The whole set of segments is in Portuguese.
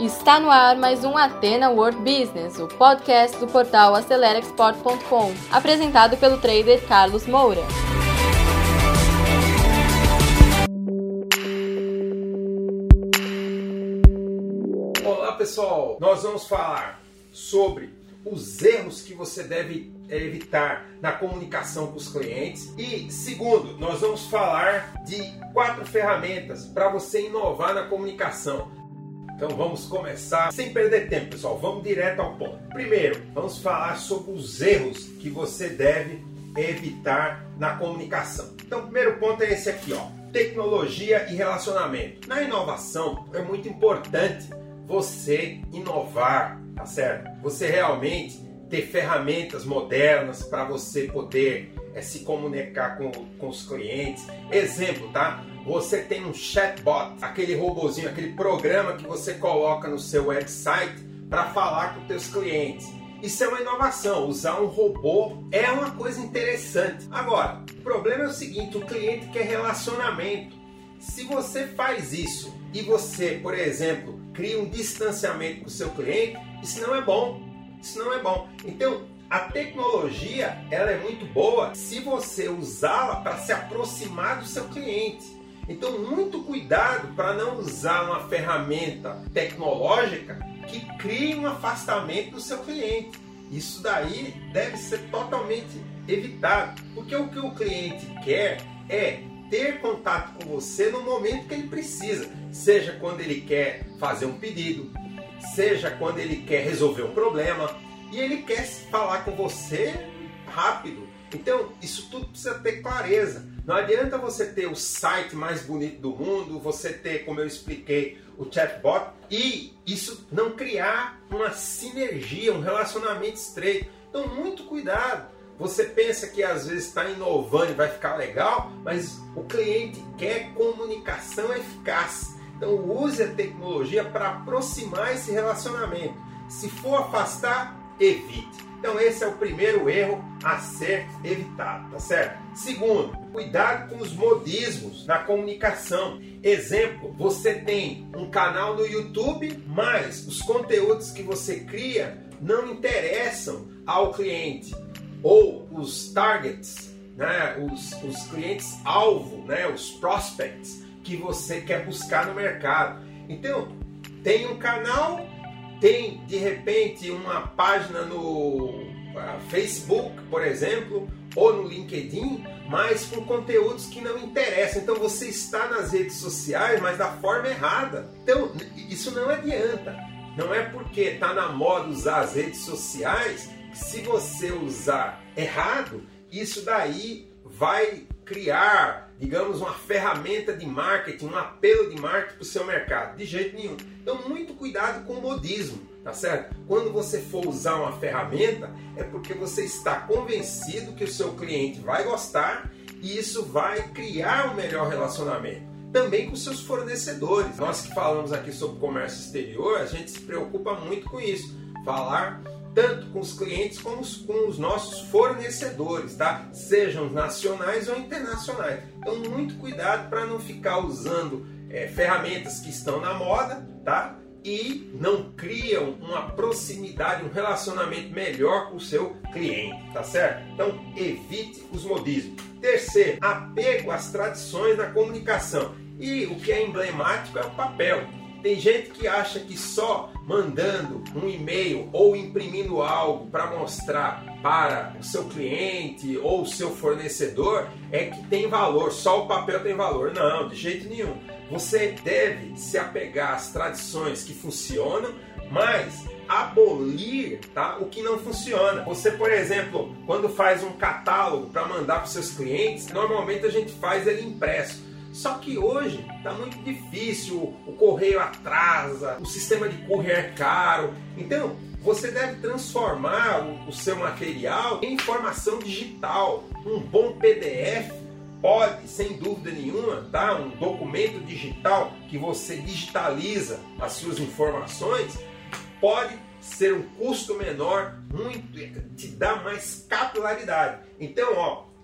Está no ar mais um Athena World Business, o podcast do portal AceleraExport.com, apresentado pelo trader Carlos Moura. Olá pessoal, nós vamos falar sobre os erros que você deve evitar na comunicação com os clientes. E segundo, nós vamos falar de 4 ferramentas para você inovar na comunicação. Então vamos começar sem perder tempo, pessoal. Vamos direto ao ponto. Primeiro, vamos falar sobre os erros que você deve evitar na comunicação. Então o primeiro ponto é esse aqui, ó. Tecnologia e relacionamento. Na inovação é muito importante você inovar, tá certo? Você realmente ter ferramentas modernas para você poder se comunicar com os clientes. Exemplo, tá? Você tem um chatbot, aquele robozinho, aquele programa que você coloca no seu website para falar com os seus clientes. Isso é uma inovação, usar um robô é uma coisa interessante. Agora, o problema é o seguinte, o cliente quer relacionamento. Se você faz isso e você, por exemplo, cria um distanciamento com o seu cliente, isso não é bom. Isso não é bom. Então, a tecnologia, ela é muito boa se você usá-la para se aproximar do seu cliente. Então, muito cuidado para não usar uma ferramenta tecnológica que crie um afastamento do seu cliente. Isso daí deve ser totalmente evitado, porque o que o cliente quer é ter contato com você no momento que ele precisa, seja quando ele quer fazer um pedido, seja quando ele quer resolver um problema, e ele quer falar com você rápido. Então, isso tudo precisa ter clareza. Não adianta você ter o site mais bonito do mundo, você ter, como eu expliquei, o chatbot, e isso não criar uma sinergia, um relacionamento estreito. Então, muito cuidado. Você pensa que às vezes está inovando e vai ficar legal, mas o cliente quer comunicação eficaz. Então use a tecnologia para aproximar esse relacionamento. Se for afastar, evite. Então esse é o primeiro erro a ser evitado, tá certo? Segundo, cuidado com os modismos na comunicação. Exemplo, você tem um canal no YouTube, mas os conteúdos que você cria não interessam ao cliente. Ou os targets, né? os clientes-alvo, né? Os prospects que você quer buscar no mercado. Então, tem um canal, tem de repente uma página no Facebook, por exemplo, ou no LinkedIn, mas com conteúdos que não interessam. Então você está nas redes sociais, mas da forma errada. Então, isso não adianta. Não é porque está na moda usar as redes sociais, se você usar errado, isso daí vai criar, digamos, uma ferramenta de marketing, um apelo de marketing para o seu mercado. De jeito nenhum. Então, muito cuidado com o modismo, tá certo? Quando você for usar uma ferramenta, é porque você está convencido que o seu cliente vai gostar e isso vai criar um melhor relacionamento. Também com seus fornecedores. Nós que falamos aqui sobre comércio exterior, a gente se preocupa muito com isso. Falar tanto com os clientes como com os nossos fornecedores, tá? Sejam nacionais ou internacionais. Então, muito cuidado para não ficar usando ferramentas que estão na moda, tá? E não criam uma proximidade, um relacionamento melhor com o seu cliente, tá certo? Então, evite os modismos. Terceiro, apego às tradições na comunicação. E o que é emblemático é o papel. Tem gente que acha que só mandando um e-mail ou imprimindo algo para mostrar para o seu cliente ou o seu fornecedor é que tem valor, só o papel tem valor. Não, de jeito nenhum. Você deve se apegar às tradições que funcionam, mas abolir, tá, o que não funciona. Você, por exemplo, quando faz um catálogo para mandar para os seus clientes, normalmente a gente faz ele impresso. Só que hoje está muito difícil, o correio atrasa, o sistema de courier é caro. Então, você deve transformar o seu material em informação digital. Um bom PDF pode, sem dúvida nenhuma, tá? Um documento digital que você digitaliza as suas informações, pode ser um custo menor, muito, te dá mais capilaridade. Então, ó,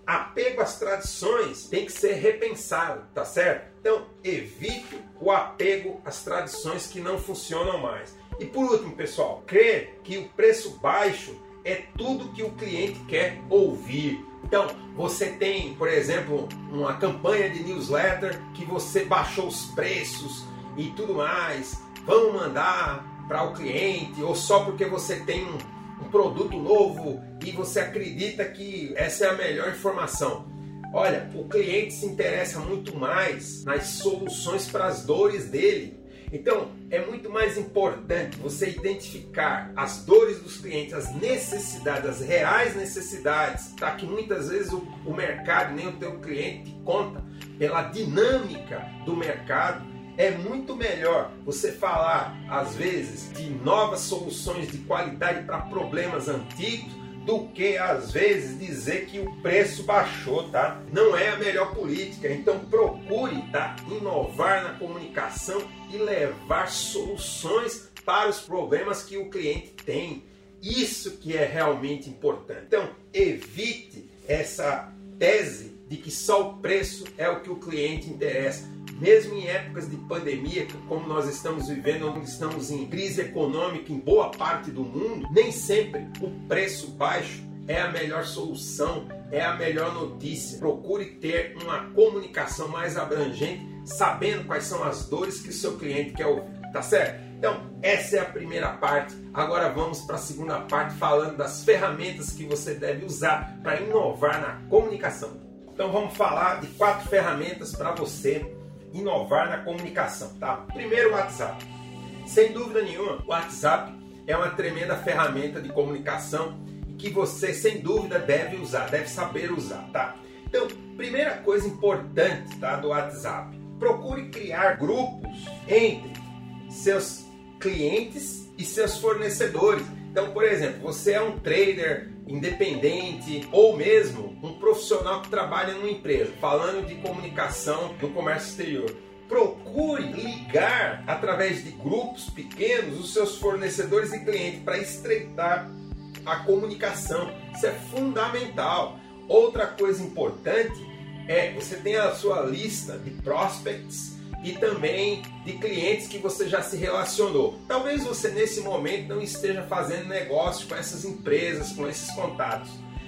apego às tradições tem que ser repensado, tá certo? Então, evite o apego às tradições que não funcionam mais. E por último, pessoal, crer que o preço baixo é tudo que o cliente quer ouvir. Então, você tem, por exemplo, uma campanha de newsletter que você baixou os preços e tudo mais. Vamos mandar para o cliente, ou só porque você tem um produto novo e você acredita que essa é a melhor informação. Olha, o cliente se interessa muito mais nas soluções para as dores dele. Então, é muito mais importante você identificar as dores dos clientes, as necessidades, as reais necessidades, tá? Que muitas vezes o mercado, nem o teu cliente conta pela dinâmica do mercado. É muito melhor você falar, às vezes, de novas soluções de qualidade para problemas antigos do que, às vezes, dizer que o preço baixou, tá? Não é a melhor política. Então, procure, tá? Inovar na comunicação e levar soluções para os problemas que o cliente tem. Isso que é realmente importante. Então, evite essa tese de que só o preço é o que o cliente interessa. Mesmo em épocas de pandemia, como nós estamos vivendo, onde estamos em crise econômica em boa parte do mundo, nem sempre o preço baixo é a melhor solução, é a melhor notícia. Procure ter uma comunicação mais abrangente, sabendo quais são as dores que o seu cliente quer ouvir, tá certo? Então, essa é a primeira parte. Agora vamos para a segunda parte, falando das ferramentas que você deve usar para inovar na comunicação. Então, vamos falar de 4 ferramentas para você inovar na comunicação, tá? Primeiro, o WhatsApp. Sem dúvida nenhuma, o WhatsApp é uma tremenda ferramenta de comunicação que você, sem dúvida, deve usar, deve saber usar, tá? Então, primeira coisa importante, tá, do WhatsApp, procure criar grupos entre seus clientes e seus fornecedores. Então, por exemplo, você é um trader independente ou mesmo um profissional que trabalha numa empresa, falando de comunicação no comércio exterior. Procure ligar através de grupos pequenos os seus fornecedores e clientes para estreitar a comunicação. Isso é fundamental. Outra coisa importante é você tem a sua lista de prospects e também de clientes que você já se relacionou. Talvez você nesse momento não esteja fazendo negócio com essas empresas, com esses contatos,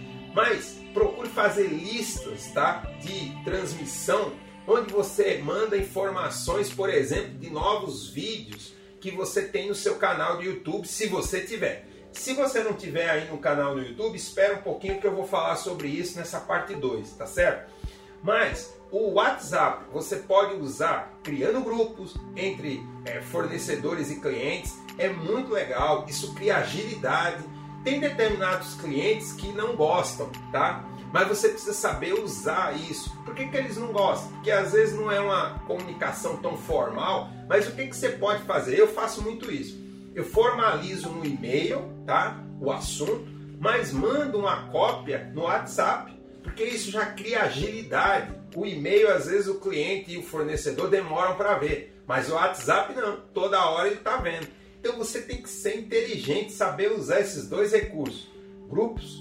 mas procure fazer listas, tá, de transmissão, onde você manda informações, por exemplo, de novos vídeos que você tem no seu canal de YouTube, se você tiver. Se você não tiver aí no canal do YouTube, espera um pouquinho que eu vou falar sobre isso nessa parte 2, tá certo? Mas o WhatsApp você pode usar criando grupos entre fornecedores e clientes, é muito legal, isso cria agilidade. Tem determinados clientes que não gostam, tá? Mas você precisa saber usar isso. Por que eles não gostam? Porque às vezes não é uma comunicação tão formal, mas o que você pode fazer? Eu faço muito isso. Eu formalizo no e-mail, tá, o assunto, mas mando uma cópia no WhatsApp, porque isso já cria agilidade. O e-mail, às vezes, o cliente e o fornecedor demoram para ver, mas o WhatsApp não, toda hora ele está vendo. Então você tem que ser inteligente, saber usar esses 2 recursos, grupos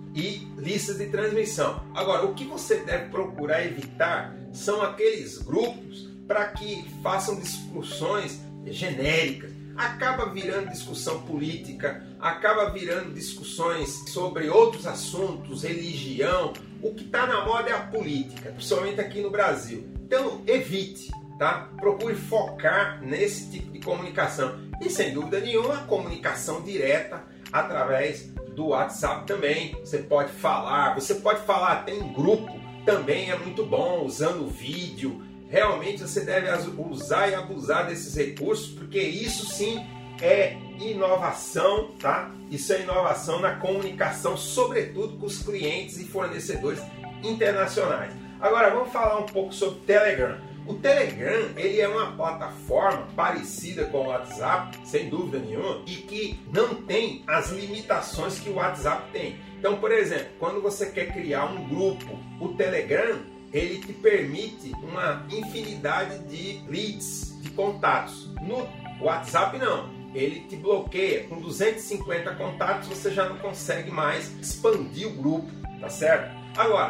e listas de transmissão. Agora, o que você deve procurar evitar são aqueles grupos para que façam discussões genéricas. Acaba virando discussão política, acaba virando discussões sobre outros assuntos, religião. O que está na moda é a política, principalmente aqui no Brasil. Então, evite, tá? Procure focar nesse tipo de comunicação. E, sem dúvida nenhuma, a comunicação direta através do WhatsApp também. Você pode falar até em grupo, também é muito bom, usando vídeo. Realmente você deve usar e abusar desses recursos, porque isso sim é inovação, tá? Isso é inovação na comunicação, sobretudo com os clientes e fornecedores internacionais. Agora vamos falar um pouco sobre o Telegram. O Telegram, ele é uma plataforma parecida com o WhatsApp, sem dúvida nenhuma, e que não tem as limitações que o WhatsApp tem. Então, por exemplo, quando você quer criar um grupo, o Telegram ele te permite uma infinidade de leads, de contatos. No WhatsApp não, ele te bloqueia. Com 250 contatos você já não consegue mais expandir o grupo, tá certo? Agora,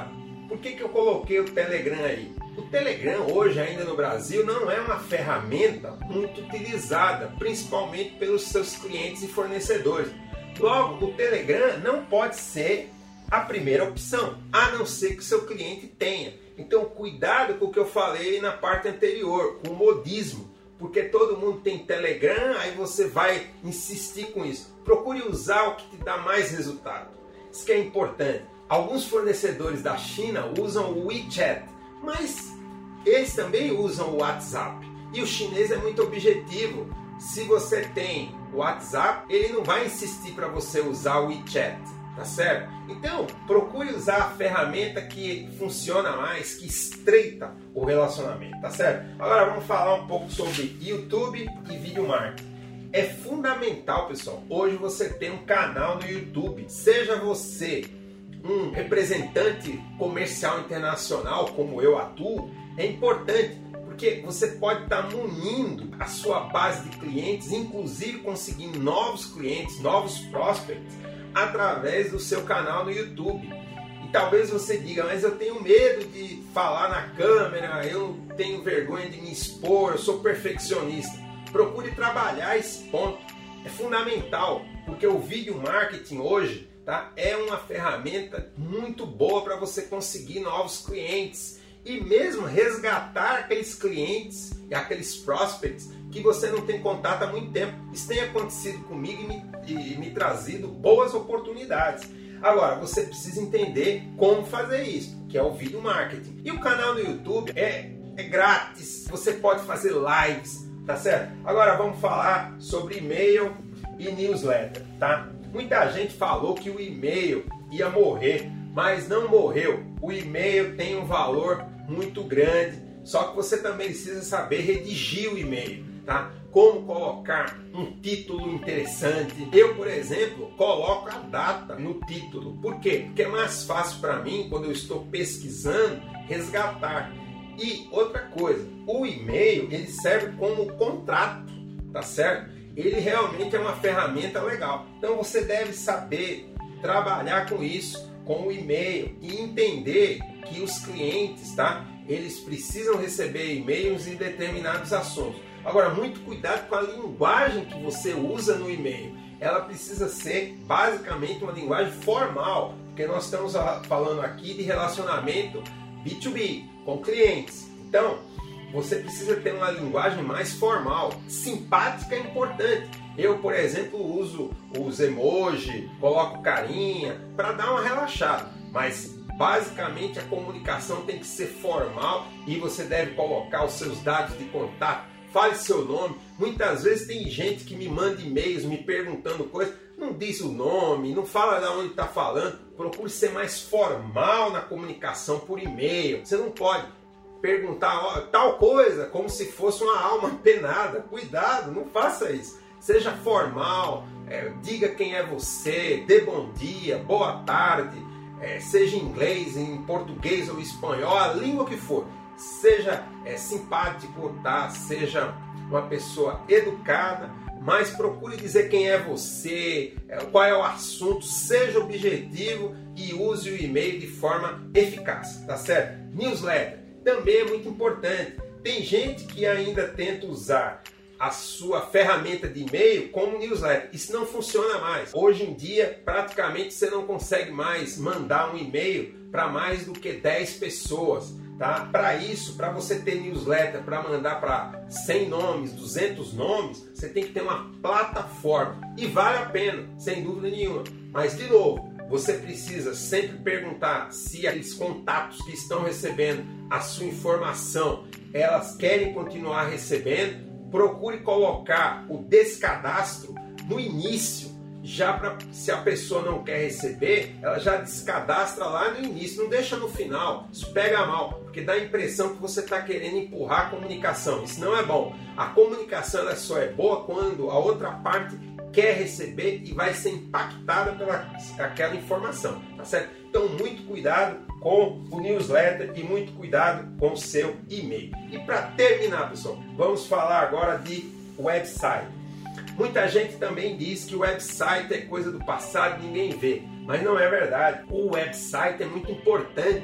Por que eu coloquei o Telegram aí? O Telegram hoje ainda no Brasil não é uma ferramenta muito utilizada, principalmente pelos seus clientes e fornecedores. Logo, o Telegram não pode ser a primeira opção, a não ser que o seu cliente tenha. Então, cuidado com o que eu falei na parte anterior, com o modismo, porque todo mundo tem Telegram, aí você vai insistir com isso. Procure usar o que te dá mais resultado. Isso que é importante. Alguns fornecedores da China usam o WeChat, mas eles também usam o WhatsApp. E o chinês é muito objetivo. Se você tem o WhatsApp, ele não vai insistir para você usar o WeChat, tá certo? Então, procure usar a ferramenta que funciona mais, que estreita o relacionamento, tá certo? Agora vamos falar um pouco sobre YouTube e vídeo marketing. É fundamental, pessoal, hoje você ter um canal no YouTube. Seja você um representante comercial internacional, como eu atuo, é importante, porque você pode estar munindo a sua base de clientes, inclusive conseguindo novos clientes, novos prospects, através do seu canal no YouTube. E talvez você diga, mas eu tenho medo de falar na câmera, eu tenho vergonha de me expor, eu sou perfeccionista. Procure trabalhar esse ponto, é fundamental, porque o vídeo marketing hoje, tá, é uma ferramenta muito boa para você conseguir novos clientes e mesmo resgatar aqueles clientes e aqueles prospects que você não tem contato há muito tempo. Isso tem acontecido comigo e me trazido boas oportunidades. Agora, você precisa entender como fazer isso, que é o vídeo marketing. E o canal no YouTube é grátis, você pode fazer lives, tá certo? Agora vamos falar sobre e-mail e newsletter, tá? Muita gente falou que o e-mail ia morrer, mas não morreu. O e-mail tem um valor muito grande, só que você também precisa saber redigir o e-mail, tá? Como colocar um título interessante. Eu, por exemplo, coloco a data no título. Por quê? Porque é mais fácil para mim, quando eu estou pesquisando, resgatar. E outra coisa, o e-mail ele serve como contrato, tá certo? Ele realmente é uma ferramenta legal. Então você deve saber trabalhar com isso, com o e-mail e entender que os clientes, tá? Eles precisam receber e-mails em determinados assuntos. Agora, muito cuidado com a linguagem que você usa no e-mail. Ela precisa ser basicamente uma linguagem formal, porque nós estamos falando aqui de relacionamento B2B, com clientes. Então, você precisa ter uma linguagem mais formal. Simpática é importante. Eu, por exemplo, uso os emojis, coloco carinha para dar uma relaxada. Mas, basicamente, a comunicação tem que ser formal e você deve colocar os seus dados de contato. Fale seu nome. Muitas vezes tem gente que me manda e-mails me perguntando coisas, não diz o nome, não fala de onde está falando. Procure ser mais formal na comunicação por e-mail. Você não pode perguntar tal coisa como se fosse uma alma penada. Cuidado, não faça isso. Seja formal, diga quem é você, dê bom dia, boa tarde, seja em inglês, em português ou espanhol, a língua que for. Seja simpático, tá? Seja uma pessoa educada, mas procure dizer quem é você, qual é o assunto, seja objetivo e use o e-mail de forma eficaz, tá certo? Newsletter também é muito importante. Tem gente que ainda tenta usar a sua ferramenta de e-mail como newsletter. Isso não funciona mais. Hoje em dia, praticamente você não consegue mais mandar um e-mail para mais do que 10 pessoas. Tá? Para isso, para você ter newsletter, para mandar para 100 nomes, 200 nomes, você tem que ter uma plataforma. E vale a pena, sem dúvida nenhuma. Mas, de novo, você precisa sempre perguntar se aqueles contatos que estão recebendo a sua informação, elas querem continuar recebendo. Procure colocar o descadastro no início, já para, se a pessoa não quer receber, ela já descadastra lá no início, não deixa no final. Isso pega mal, porque dá a impressão que você está querendo empurrar a comunicação. Isso não é bom. A comunicação ela só é boa quando a outra parte quer receber e vai ser impactada pela aquela informação, tá certo? Então, muito cuidado com o newsletter e muito cuidado com o seu e-mail. E para terminar, pessoal, vamos falar agora de website. Muita gente também diz que o website é coisa do passado e ninguém vê, mas não é verdade. O website é muito importante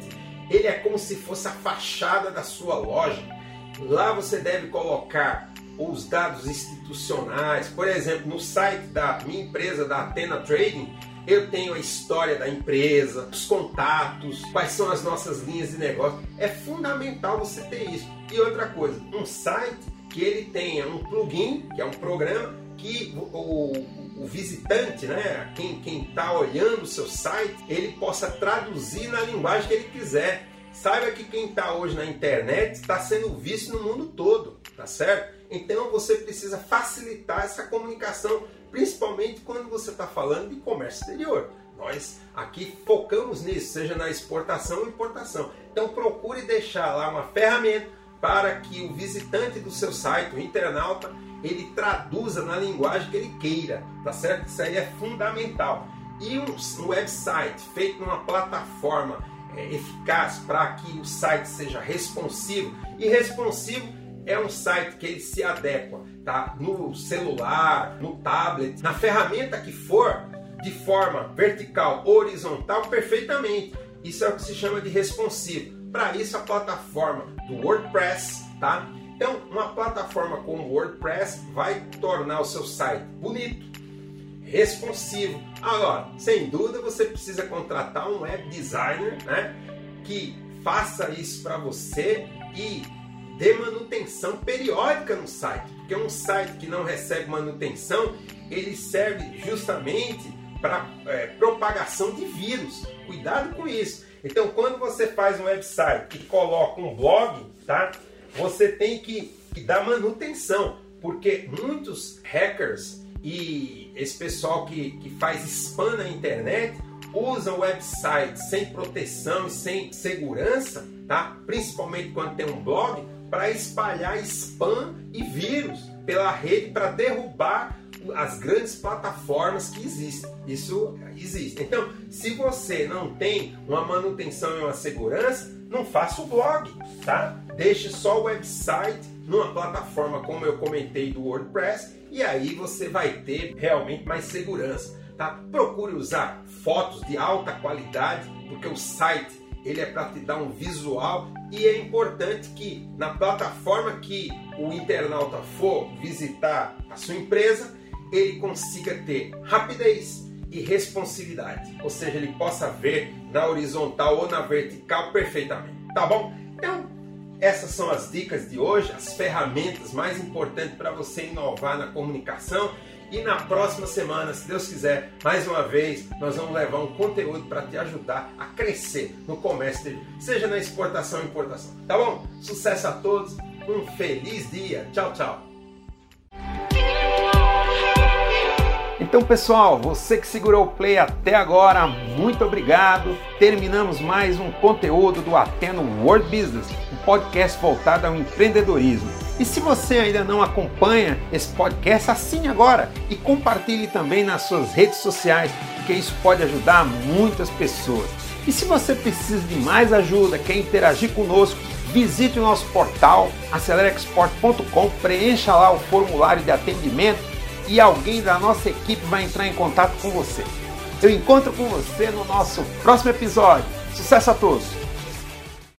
ele é como se fosse a fachada da sua loja. Lá você deve colocar os dados institucionais. Por exemplo, no site da minha empresa, da Athena Trading, eu tenho a história da empresa, os contatos, quais são as nossas linhas de negócio. É fundamental você ter isso. E outra coisa, um site que ele tenha um plugin, que é um programa que o visitante, né, quem está olhando o seu site, ele possa traduzir na linguagem que ele quiser. Saiba que quem está hoje na internet está sendo visto no mundo todo, tá certo? Então você precisa facilitar essa comunicação, principalmente quando você está falando de comércio exterior. Nós aqui focamos nisso, seja na exportação ou importação. Então procure deixar lá uma ferramenta para que o visitante do seu site, o internauta, ele traduza na linguagem que ele queira, tá certo? Isso aí é fundamental. E um website feito numa plataforma eficaz para que o site seja responsivo, e responsivo é um site que ele se adequa, tá? No celular, no tablet, na ferramenta que for, de forma vertical, horizontal, perfeitamente. Isso é o que se chama de responsivo. Para isso, a plataforma do WordPress, tá? Então, uma plataforma como o WordPress vai tornar o seu site bonito, responsivo. Agora, sem dúvida, você precisa contratar um web designer, né, que faça isso para você e dê manutenção periódica no site. Porque um site que não recebe manutenção, ele serve justamente para propagação de vírus. Cuidado com isso. Então, quando você faz um website e coloca um blog, tá, você tem que dar manutenção, porque muitos hackers e esse pessoal que faz spam na internet usa o website sem proteção e sem segurança, tá? Principalmente quando tem um blog, para espalhar spam e vírus pela rede para derrubar as grandes plataformas que existem. Isso existe. Então, se você não tem uma manutenção e uma segurança, não faça o blog, tá? Deixe só o website numa plataforma como eu comentei do WordPress, e aí você vai ter realmente mais segurança, tá? Procure usar fotos de alta qualidade, porque o site ele é para te dar um visual, e é importante que na plataforma que o internauta for visitar a sua empresa, ele consiga ter rapidez e responsividade, ou seja, ele possa ver na horizontal ou na vertical perfeitamente, tá bom? Então, essas são as dicas de hoje, as ferramentas mais importantes para você inovar na comunicação. E na próxima semana, se Deus quiser, mais uma vez, nós vamos levar um conteúdo para te ajudar a crescer no comércio, seja na exportação ou importação. Tá bom? Sucesso a todos, um feliz dia. Tchau, tchau. Então, pessoal, você que segurou o play até agora, muito obrigado. Terminamos mais um conteúdo do Athena World Business, um podcast voltado ao empreendedorismo. E se você ainda não acompanha esse podcast, assine agora e compartilhe também nas suas redes sociais, porque isso pode ajudar muitas pessoas. E se você precisa de mais ajuda, quer interagir conosco, visite o nosso portal acelerexport.com, preencha lá o formulário de atendimento e alguém da nossa equipe vai entrar em contato com você. Eu encontro com você no nosso próximo episódio. Sucesso a todos!